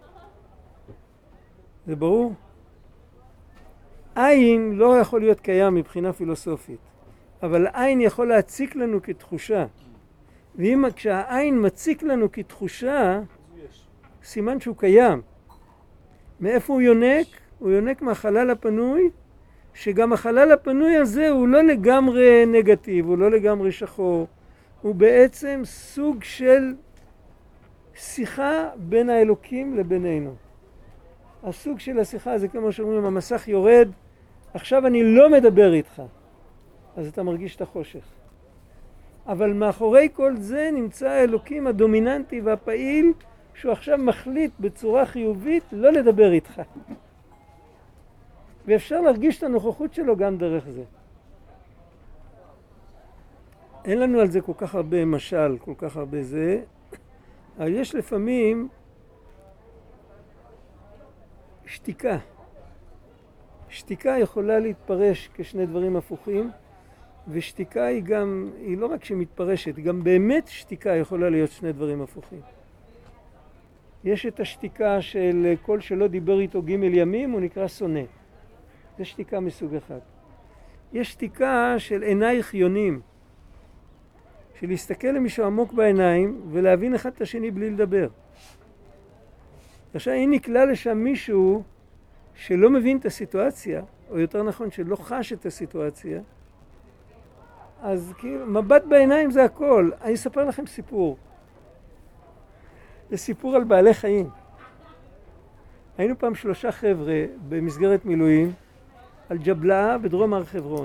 זה ברור? עין לא יכול להיות קיים מבחינה פילוסופית, אבל עין יכול להציק לנו כתחושה. ואם כשהעין מציק לנו כתחושה, סימן שהוא קיים. מאיפה הוא יונק? הוא יונק מהחלל הפנוי, שגם החלל הפנוי הזה הוא לא לגמרי נגטיב, הוא לא לגמרי שחור. הוא בעצם סוג של שיחה בין האלוקים לבינינו. הסוג של השיחה זה כמו שאומרים, המסך יורד, עכשיו אני לא מדבר איתך. אז אתה מרגיש את החושך. אבל מאחורי כל זה נמצא האלוקים הדומיננטי והפעיל, שהוא עכשיו מחליט בצורה חיובית לא לדבר איתך. ואפשר להרגיש את הנוכחות שלו גם דרך זה. אין לנו על זה כל כך הרבה משל, כל כך הרבה זה, אבל יש לפעמים שתיקה. שתיקה יכולה להתפרש כשני דברים הפוכים, ושתיקה היא גם, היא לא רק שמתפרשת, גם באמת שתיקה יכולה להיות שני דברים הפוכים. יש את השתיקה של כל שלא דיבר איתו ג' ימים, הוא נקרא שונא. זה שתיקה מסוג אחד. יש שתיקה של עינייך יונים, של להסתכל למישהו עמוק בעיניים ולהבין אחד את השני בלי לדבר. עכשיו, אם נקלע לשם מישהו שלא מבין את הסיטואציה, או יותר נכון שלא חש את הסיטואציה, אז כאילו, מבט בעיניים זה הכל. אני אספר לכם סיפור. זה סיפור על בעלי חיים. היינו פעם שלושה חבר'ה במסגרת מילואים, על ג'בלאה בדרום הר חברון.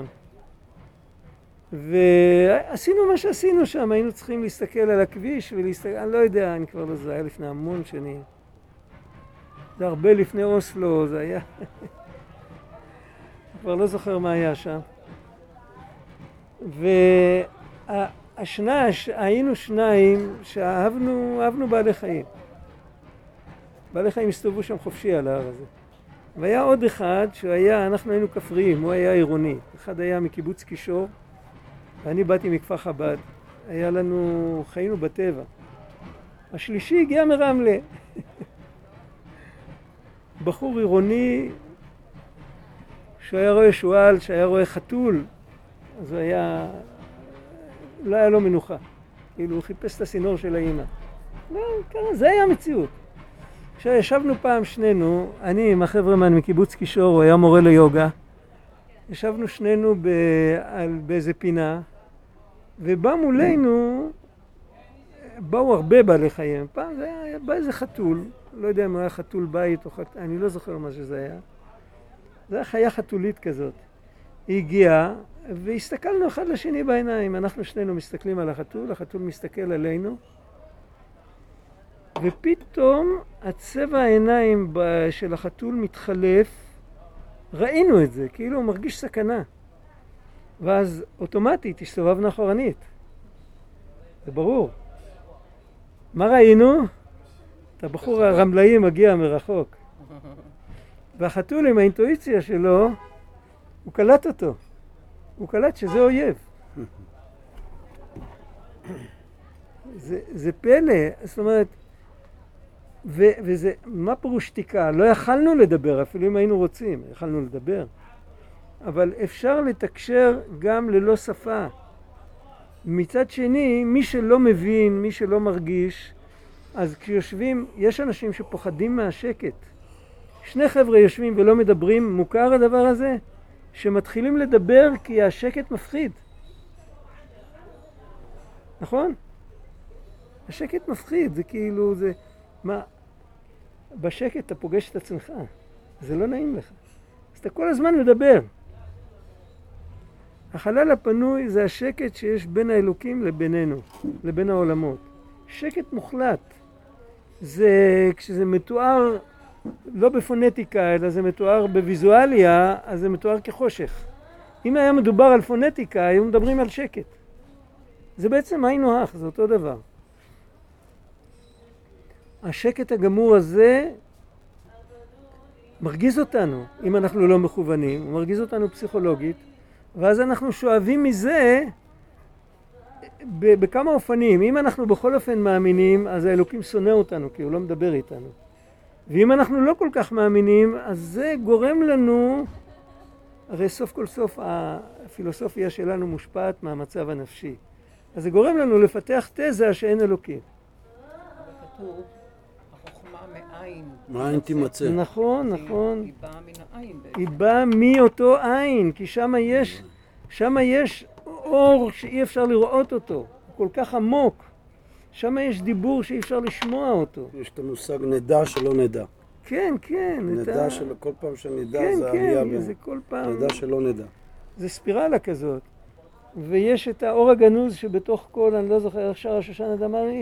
ועשינו מה שעשינו שם, היינו צריכים להסתכל על הכביש ולהסתכל, אני לא יודע, אני כבר לא זה היה לפני המון שנים. זה הרבה לפני אוסלו, זה היה... אני כבר לא זוכר מה היה שם. השנה, ש... היינו שניים שאהבנו אהבנו בעלי חיים. בעלי חיים הסתובבו שם חופשי על ההר הזה. והיה עוד אחד שהיה, אנחנו היינו כפריים, הוא היה עירוני. אחד היה מקיבוץ קישור, ואני באתי מכפר חב"ד. היה לנו, חיינו בטבע. השלישי הגיע מרמלה. בחור עירוני שהיה רואה שואל, שהיה רואה חתול, אז הוא היה, לא היה לו מנוחה. כאילו הוא חיפש את הסינור של האמא. לא, ככה, זה היה המציאות. כשישבנו פעם שנינו, אני עם החבר'ה מקיבוץ קישור, הוא היה מורה ליוגה, ישבנו שנינו ב... על... באיזה פינה, ובא מולנו, באו הרבה בעלי חיים. פעם זה היה, בא איזה חתול, לא יודע אם הוא היה חתול בית או חתול, אני לא זוכר מה שזה היה. זה היה חיה חתולית כזאת. היא הגיעה, והסתכלנו אחד לשני בעיניים. אנחנו שנינו מסתכלים על החתול, החתול מסתכל עלינו, ופתאום הצבע העיניים של החתול מתחלף, ראינו את זה, כאילו הוא מרגיש סכנה. ואז אוטומטית הסתובבנו אחורנית. זה ברור. מה ראינו? את הבחור הרמלאי מגיע מרחוק. והחתול עם האינטואיציה שלו, הוא קלט אותו. הוא קלט שזה אויב. זה, זה פלא, זאת אומרת, ו, וזה, מה פירוש שתיקה? לא יכלנו לדבר, אפילו אם היינו רוצים, יכלנו לדבר. אבל אפשר לתקשר גם ללא שפה. מצד שני, מי שלא מבין, מי שלא מרגיש, אז כשיושבים, יש אנשים שפוחדים מהשקט. שני חבר'ה יושבים ולא מדברים, מוכר הדבר הזה? שמתחילים לדבר כי השקט מפחיד. נכון? השקט מפחיד, זה כאילו, זה, מה, בשקט אתה פוגש את עצמך, זה לא נעים לך. אז אתה כל הזמן מדבר. החלל הפנוי זה השקט שיש בין האלוקים לבינינו, לבין העולמות. שקט מוחלט. זה, כשזה מתואר לא בפונטיקה, אלא זה מתואר בוויזואליה, אז זה מתואר כחושך. אם היה מדובר על פונטיקה, היו מדברים על שקט. זה בעצם היינו הך, זה אותו דבר. השקט הגמור הזה מרגיז אותנו, אם אנחנו לא מכוונים, הוא מרגיז אותנו פסיכולוגית, ואז אנחנו שואבים מזה בכמה אופנים. אם אנחנו בכל אופן מאמינים, אז האלוקים שונא אותנו, כי הוא לא מדבר איתנו. ואם אנחנו לא כל כך מאמינים, אז זה גורם לנו, הרי סוף כל סוף הפילוסופיה שלנו מושפעת מהמצב הנפשי. אז זה גורם לנו לפתח תזה שאין אלוקים. כתוב, החוכמה מאין. מאין תימצא. נכון, נכון. היא באה מן העין בעצם. היא באה מאותו עין, כי שם יש, שם יש אור שאי אפשר לראות אותו, הוא כל כך עמוק. שם יש דיבור שאי אפשר לשמוע אותו. יש את המושג נדע שלא נדע. כן, כן. נדע של כל פעם שנדע כן, זה כן, עלייה. זה כל פעם. נדע שלא נדע. זה ספירלה כזאת. ויש את האור הגנוז שבתוך כל, אני לא זוכר איך שר השושן הדמארי,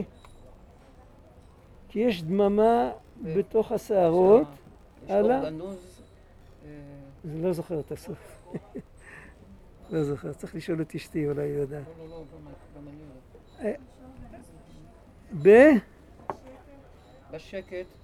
כי יש דממה בתוך השערות. יש הלאה. אור גנוז. אה, זה לא זוכר את הסוף. לא זוכר, צריך לשאול את אשתי, אולי היא יודעת. לא, לא, לא, גם גם אני יודעת. ב... בשקט.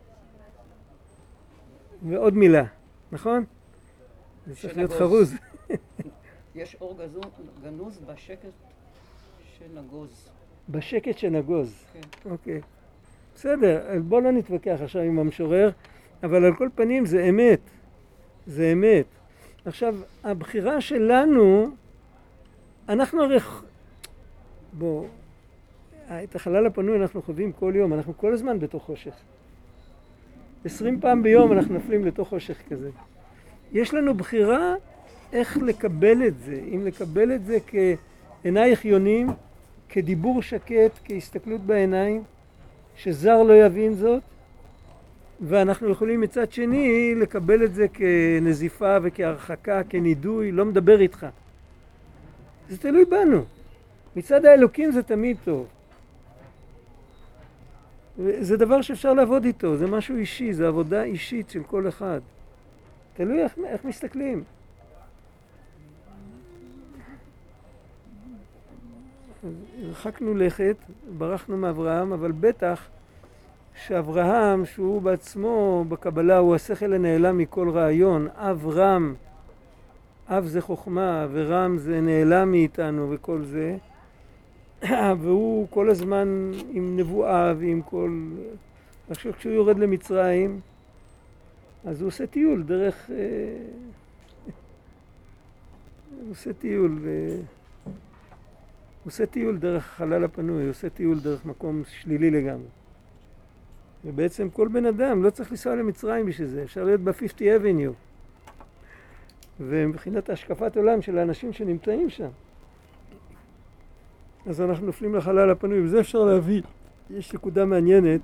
ועוד מילה, נכון? זה צריך להיות שנגוז. חרוז. יש אור גזו- גנוז בשקט שנגוז. בשקט שנגוז. כן. אוקיי. בסדר, בוא לא נתווכח עכשיו עם המשורר, אבל על כל פנים זה אמת. זה אמת. עכשיו, הבחירה שלנו, אנחנו הרי... בוא, את החלל הפנוי אנחנו חווים כל יום, אנחנו כל הזמן בתוך חושך. עשרים פעם ביום אנחנו נפלים לתוך חושך כזה. יש לנו בחירה איך לקבל את זה, אם לקבל את זה כעינייך יונים, כדיבור שקט, כהסתכלות בעיניים, שזר לא יבין זאת, ואנחנו יכולים מצד שני לקבל את זה כנזיפה וכהרחקה, כנידוי, לא מדבר איתך. זה תלוי בנו. מצד האלוקים זה תמיד טוב. זה דבר שאפשר לעבוד איתו, זה משהו אישי, זה עבודה אישית של כל אחד. תלוי איך, איך מסתכלים. הרחקנו לכת, ברחנו מאברהם, אבל בטח שאברהם, שהוא בעצמו בקבלה, הוא השכל הנעלם מכל רעיון, אב רם, אב זה חוכמה ורם זה נעלם מאיתנו וכל זה, והוא כל הזמן עם נבואה ועם כל... עכשיו כשהוא יורד למצרים, אז הוא עושה טיול דרך... הוא עושה טיול, הוא עושה טיול דרך חלל הפנוי, הוא עושה טיול דרך מקום שלילי לגמרי. ובעצם כל בן אדם לא צריך לנסוע למצרים בשביל זה, אפשר להיות ב-חמישים אבניו. ומבחינת השקפת עולם של האנשים שנמצאים שם, אז אנחנו נופלים לחלל הפנוי, וזה אפשר להביא. יש נקודה מעניינת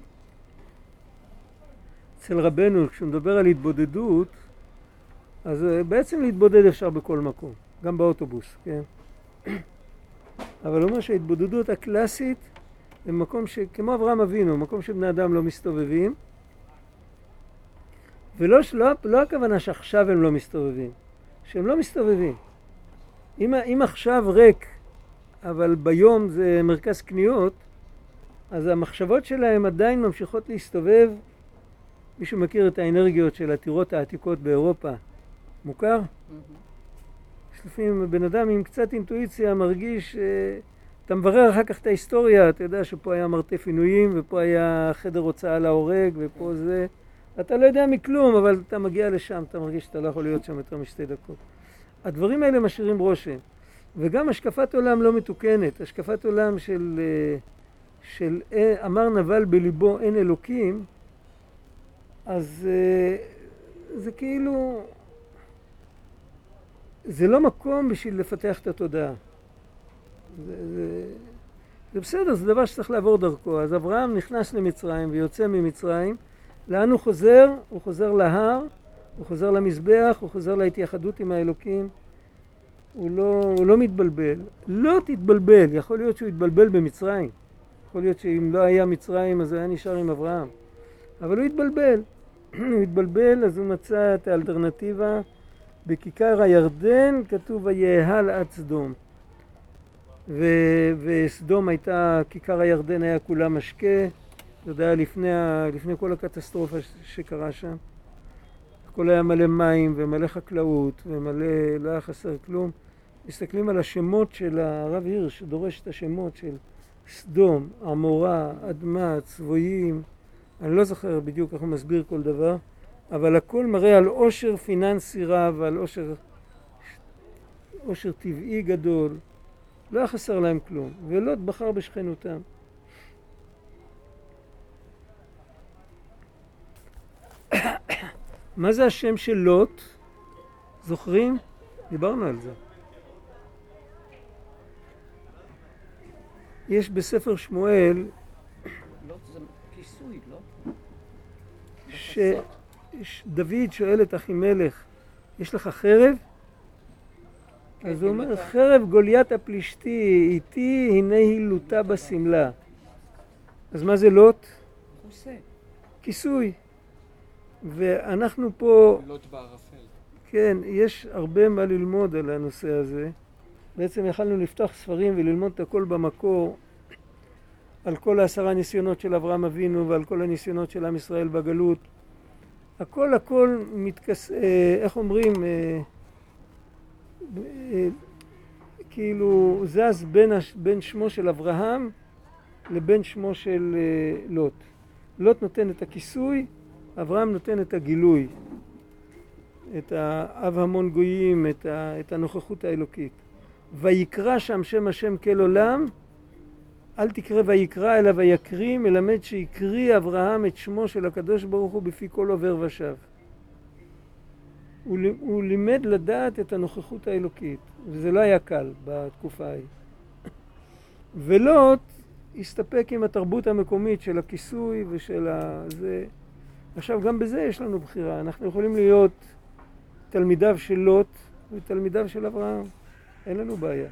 אצל רבנו, כשהוא מדבר על התבודדות, אז בעצם להתבודד אפשר בכל מקום, גם באוטובוס, כן? אבל הוא אומר שההתבודדות הקלאסית זה מקום שכמו אברהם אבינו, מקום שבני אדם לא מסתובבים, ולא לא, לא הכוונה שעכשיו הם לא מסתובבים, שהם לא מסתובבים. אם, אם עכשיו ריק, אבל ביום זה מרכז קניות, אז המחשבות שלהם עדיין ממשיכות להסתובב. מישהו מכיר את האנרגיות של הטירות העתיקות באירופה? מוכר? Mm-hmm. לפעמים בן אדם עם קצת אינטואיציה מרגיש, אתה מברר אחר כך את ההיסטוריה, אתה יודע שפה היה מרתף עינויים, ופה היה חדר הוצאה להורג, ופה זה... אתה לא יודע מכלום, אבל אתה מגיע לשם, אתה מרגיש שאתה לא יכול להיות שם יותר משתי דקות. הדברים האלה משאירים רושם. וגם השקפת עולם לא מתוקנת, השקפת עולם של, של אמר נבל בליבו אין אלוקים, אז זה כאילו, זה לא מקום בשביל לפתח את התודעה. זה, זה, זה בסדר, זה דבר שצריך לעבור דרכו. אז אברהם נכנס למצרים ויוצא ממצרים, לאן הוא חוזר? הוא חוזר להר, הוא חוזר למזבח, הוא חוזר להתייחדות עם האלוקים. הוא לא, הוא לא מתבלבל. לא תתבלבל, יכול להיות שהוא יתבלבל במצרים. יכול להיות שאם לא היה מצרים אז הוא היה נשאר עם אברהם. אבל הוא התבלבל. הוא התבלבל, אז הוא מצא את האלטרנטיבה. בכיכר הירדן כתוב ויהל עד סדום. ו, וסדום הייתה, כיכר הירדן היה כולה משקה. זה היה לפני, לפני כל הקטסטרופה שקרה שם. הכל היה מלא מים ומלא חקלאות ומלא, לא היה חסר כלום. מסתכלים על השמות של הרב הירש, דורש את השמות של סדום, עמורה, אדמה, צבויים. אני לא זוכר בדיוק איך הוא מסביר כל דבר, אבל הכל מראה על עושר פיננסי רב ועל עושר, עושר טבעי גדול. לא היה חסר להם כלום, ולוט בחר בשכנותם. מה זה השם של לוט? זוכרים? דיברנו על זה. יש בספר שמואל לוט זה כיסוי, לא? שדוד שואל את אחימלך, יש לך חרב? כן, אז הוא אומר, אתה... חרב גוליית הפלישתי, איתי הנה היא לוטה בסמלה. אז מה זה לוט? חוסה. כיסוי. ואנחנו פה... לוט בערפל. כן, יש הרבה מה ללמוד על הנושא הזה. בעצם יכלנו לפתוח ספרים וללמוד את הכל במקור, על כל העשרה ניסיונות של אברהם אבינו ועל כל הניסיונות של עם ישראל בגלות. הכל הכל מתכס... איך אומרים? כאילו זז בין, הש... בין שמו של אברהם לבין שמו של לוט. לוט נותן את הכיסוי, אברהם נותן את הגילוי, את האב המון גויים, את, ה... את הנוכחות האלוקית. ויקרא שם שם השם כל עולם, אל תקרא ויקרא אלא ויקריא, מלמד שיקריא אברהם את שמו של הקדוש ברוך הוא בפי כל עובר ושב. הוא, הוא לימד לדעת את הנוכחות האלוקית, וזה לא היה קל בתקופה ההיא. ולוט הסתפק עם התרבות המקומית של הכיסוי ושל ה... זה... עכשיו גם בזה יש לנו בחירה, אנחנו יכולים להיות תלמידיו של לוט ותלמידיו של אברהם, אין לנו בעיה.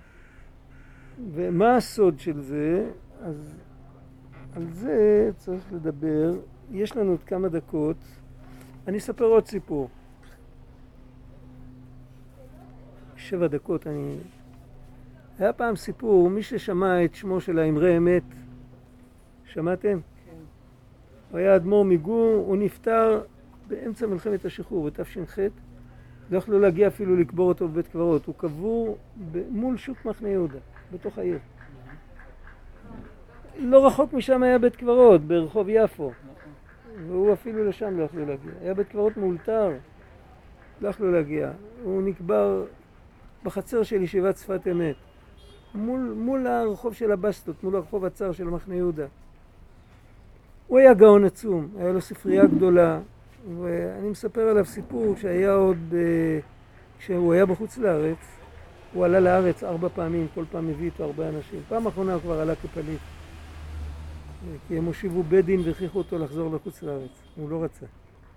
ומה הסוד של זה? אז על זה צריך לדבר, יש לנו עוד כמה דקות, אני אספר עוד סיפור. שבע דקות, אני... היה פעם סיפור, מי ששמע את שמו של האמרי אמת, שמעתם? כן. הוא היה אדמו"ר מגור, הוא נפטר באמצע מלחמת השחרור, בתש"ח. לא יכלו להגיע אפילו לקבור אותו בבית קברות. הוא קבור מול שוק מחנה יהודה, בתוך העיר. לא רחוק משם היה בית קברות, ברחוב יפו. והוא אפילו לשם לא יכלו להגיע. היה בית קברות מאולתר, לא יכלו להגיע. הוא נקבר בחצר של ישיבת שפת אמת. מול, מול הרחוב של הבסטות, מול הרחוב הצר של מחנה יהודה. הוא היה גאון עצום, היה לו ספרייה גדולה, ואני מספר עליו סיפור שהיה עוד, כשהוא היה בחוץ לארץ, הוא עלה לארץ ארבע פעמים, כל פעם הביא איתו הרבה אנשים. פעם אחרונה הוא כבר עלה כפליט, כי הם הושיבו בית דין והכריחו אותו לחזור לחוץ לארץ, הוא לא רצה.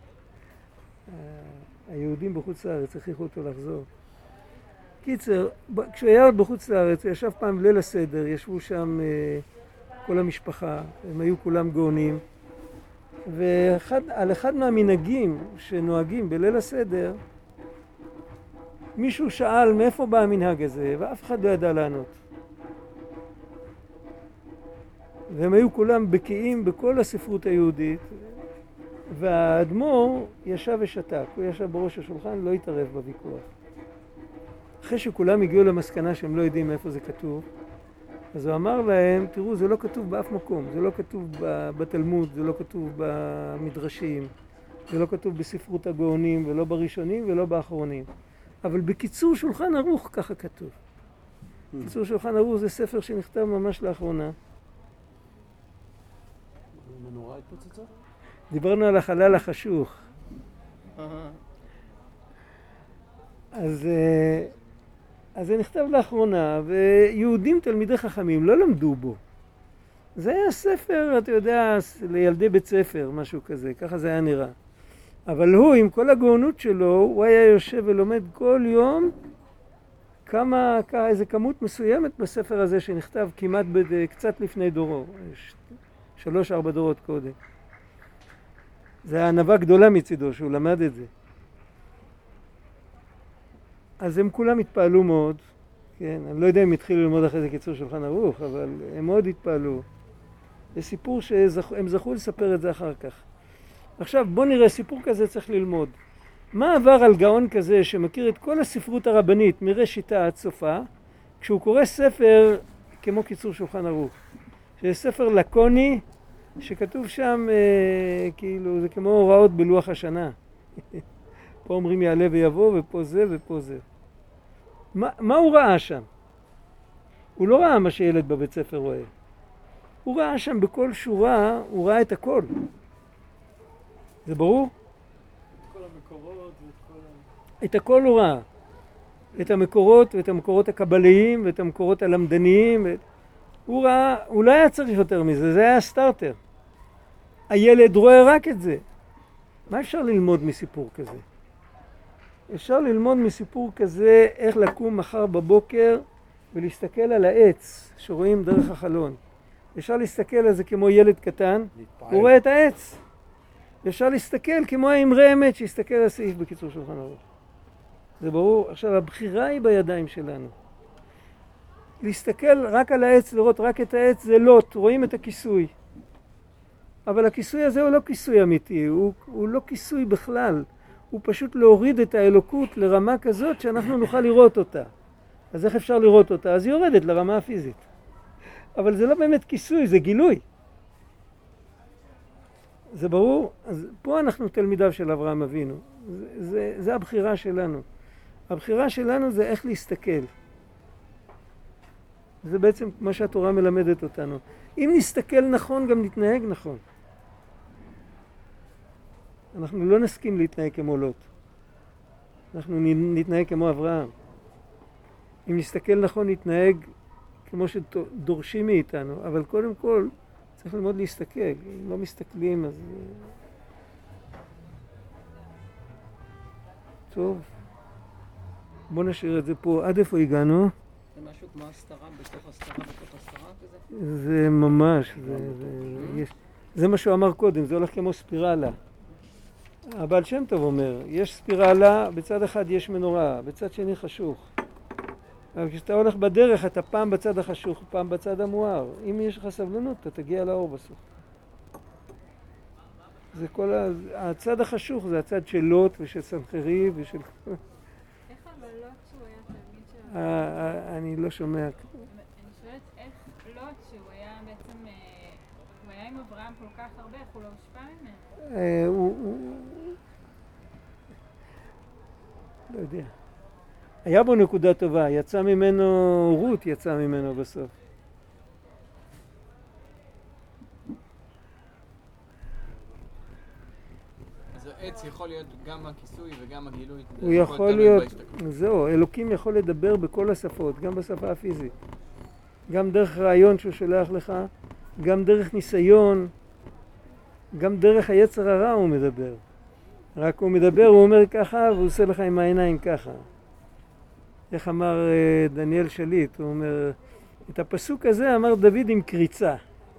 היהודים בחוץ לארץ הכריחו אותו לחזור. קיצר, כשהוא היה עוד בחוץ לארץ, הוא ישב פעם בליל הסדר, ישבו שם כל המשפחה, הם היו כולם גאונים, ועל אחד מהמנהגים שנוהגים בליל הסדר, מישהו שאל מאיפה בא המנהג הזה, ואף אחד לא ידע לענות. והם היו כולם בקיאים בכל הספרות היהודית, והאדמו"ר ישב ושתק, הוא ישב בראש השולחן, לא התערב בוויכוח. אחרי שכולם הגיעו למסקנה שהם לא יודעים מאיפה זה כתוב, אז הוא אמר להם, תראו, זה לא כתוב באף מקום, זה לא כתוב בתלמוד, זה לא כתוב במדרשים, זה לא כתוב בספרות הגאונים, ולא בראשונים ולא באחרונים. אבל בקיצור שולחן ערוך ככה כתוב. קיצור שולחן ערוך זה ספר שנכתב ממש לאחרונה. המנורה התפוצצה? דיברנו על החלל החשוך. אז... אז זה נכתב לאחרונה, ויהודים תלמידי חכמים לא למדו בו. זה היה ספר, אתה יודע, לילדי בית ספר, משהו כזה, ככה זה היה נראה. אבל הוא, עם כל הגאונות שלו, הוא היה יושב ולומד כל יום כמה, איזה כמות מסוימת בספר הזה שנכתב כמעט בד... קצת לפני דורו, שלוש ארבע דורות קודם. זה היה ענווה גדולה מצידו שהוא למד את זה. אז הם כולם התפעלו מאוד, כן, אני לא יודע אם התחילו ללמוד אחרי זה קיצור שולחן ערוך, אבל הם מאוד התפעלו. זה סיפור שהם זכו לספר את זה אחר כך. עכשיו בוא נראה, סיפור כזה צריך ללמוד. מה עבר על גאון כזה שמכיר את כל הספרות הרבנית מראשיתה עד סופה, כשהוא קורא ספר כמו קיצור שולחן ערוך? שזה ספר לקוני, שכתוב שם אה, כאילו זה כמו הוראות בלוח השנה. פה אומרים יעלה ויבוא, ופה זה ופה זה. מה, מה הוא ראה שם? הוא לא ראה מה שילד בבית ספר רואה. הוא ראה שם בכל שורה, הוא ראה את הכל. זה ברור? את כל המקורות ואת כל ה... את הכל הוא ראה. את המקורות ואת המקורות הקבליים ואת המקורות הלמדניים. ואת... הוא ראה, הוא לא היה צריך יותר מזה, זה היה סטארטר. הילד רואה רק את זה. מה אפשר ללמוד מסיפור כזה? אפשר ללמוד מסיפור כזה איך לקום מחר בבוקר ולהסתכל על העץ שרואים דרך החלון. אפשר להסתכל על זה כמו ילד קטן, להתפעל. הוא רואה את העץ. אפשר להסתכל כמו האמרי אמת שיסתכל על הסעיף בקיצור שולחן ערוך. זה ברור. עכשיו הבחירה היא בידיים שלנו. להסתכל רק על העץ, לראות רק את העץ זה לוט, רואים את הכיסוי. אבל הכיסוי הזה הוא לא כיסוי אמיתי, הוא, הוא לא כיסוי בכלל. הוא פשוט להוריד את האלוקות לרמה כזאת שאנחנו נוכל לראות אותה. אז איך אפשר לראות אותה? אז היא יורדת לרמה הפיזית. אבל זה לא באמת כיסוי, זה גילוי. זה ברור? אז פה אנחנו תלמידיו של אברהם אבינו. זה, זה, זה הבחירה שלנו. הבחירה שלנו זה איך להסתכל. זה בעצם מה שהתורה מלמדת אותנו. אם נסתכל נכון, גם נתנהג נכון. אנחנו לא נסכים להתנהג כמו לוט. אנחנו נתנהג כמו אברהם. אם נסתכל נכון, נתנהג כמו שדורשים מאיתנו. אבל קודם כל, צריך ללמוד להסתכל. אם לא מסתכלים, אז... טוב. בוא נשאיר את זה פה. עד איפה הגענו? זה משהו כמו הסתרה, בתוך הסתרה, בתוך הסתרה כזה? זה ממש, זה, זה, יש, זה מה שהוא אמר קודם, זה הולך כמו ספירלה. הבעל שם טוב אומר, יש ספירלה, בצד אחד יש מנורה, בצד שני חשוך. אבל כשאתה הולך בדרך, אתה פעם בצד החשוך, פעם בצד המואר. אם יש לך סבלנות, אתה תגיע לאור בסוף. זה כל ה... הצד החשוך זה הצד של לוט ושל סנחריב ושל... איך אבל לוט שהוא היה תלמיד של... אני לא שומע. אני שואלת איך לוט שהוא היה בעצם... הוא היה עם אברהם כל כך הרבה, איך הוא לא הושפע ממנו? הוא... לא יודע. היה בו נקודה טובה, יצא ממנו, רות יצא ממנו בסוף. אז העץ יכול להיות גם הכיסוי וגם הגילוי. הוא יכול להיות, זהו, אלוקים יכול לדבר בכל השפות, גם בשפה הפיזית. גם דרך רעיון שהוא שולח לך, גם דרך ניסיון, גם דרך היצר הרע הוא מדבר. רק הוא מדבר, הוא אומר ככה, והוא עושה לך עם העיניים ככה. איך אמר דניאל שליט, הוא אומר, את הפסוק הזה אמר דוד עם קריצה.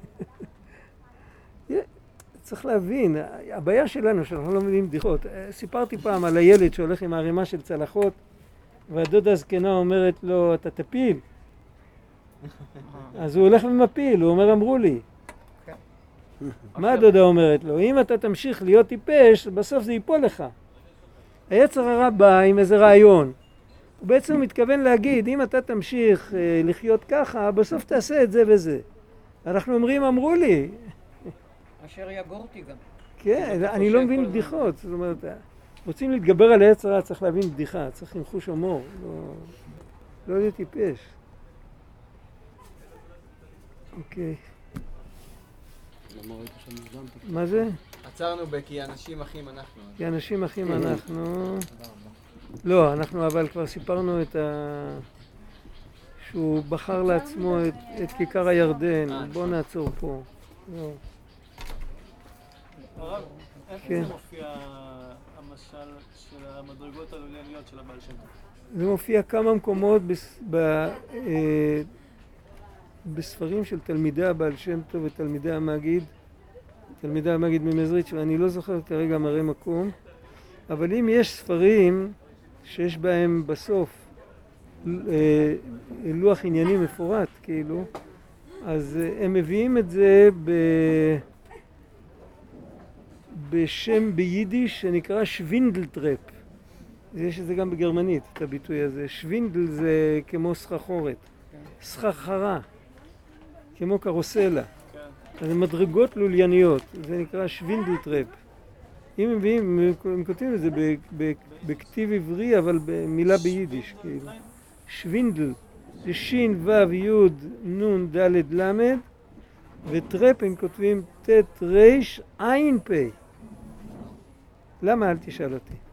צריך להבין, הבעיה שלנו שאנחנו לא מבינים בדיחות. סיפרתי פעם על הילד שהולך עם הערימה של צלחות, והדודה הזקנה אומרת לו, אתה תפיל. אז הוא הולך ומפיל, הוא אומר, אמרו לי. מה הדודה אומרת לו? אם אתה תמשיך להיות טיפש, בסוף זה ייפול לך. היצר הרע בא עם איזה רעיון. הוא בעצם מתכוון להגיד, אם אתה תמשיך אה, לחיות ככה, בסוף תעשה את זה וזה. אנחנו אומרים, אמרו לי. אשר יגורתי גם. כן, אני לא מבין בדיחות. זאת אומרת, רוצים להתגבר על היצר הרע, צריך להבין בדיחה, צריך עם חוש הומור. לא, לא להיות טיפש. אוקיי. מה זה? עצרנו בכי אנשים אחים אנחנו. כי אנשים אחים אנחנו... לא, אנחנו אבל כבר סיפרנו את ה... שהוא בחר לעצמו את, את כיכר הירדן. בוא נעצור פה. לא. הרב, איך כן. זה מופיע המשל של המדרגות הלולייניות של הבעל שם טוב? זה מופיע כמה מקומות בס... ב... אה... בספרים של תלמידי הבעל שם טוב ותלמידי המגיד, תלמידי המגיד ממזריץ', ואני לא זוכר כרגע מראה מקום, אבל אם יש ספרים שיש בהם בסוף לוח עניינים מפורט, כאילו, אז הם מביאים את זה ב... בשם ביידיש שנקרא שווינדלטרפ. יש את זה גם בגרמנית, את הביטוי הזה. שווינדל זה כמו סחרחורת, סחרחרה, כמו קרוסלה. אז זה מדרגות לולייניות, זה נקרא שווינדלטרפ. אם הם מביאים, הם כותבים את זה בכתיב עברי, אבל במילה ביידיש, כאילו. שווינדל, זה שין, וו, יוד, נון, דלת, למד, וטרפ הם כותבים תת, ריש, עין, פי. למה? אל תשאל אותי.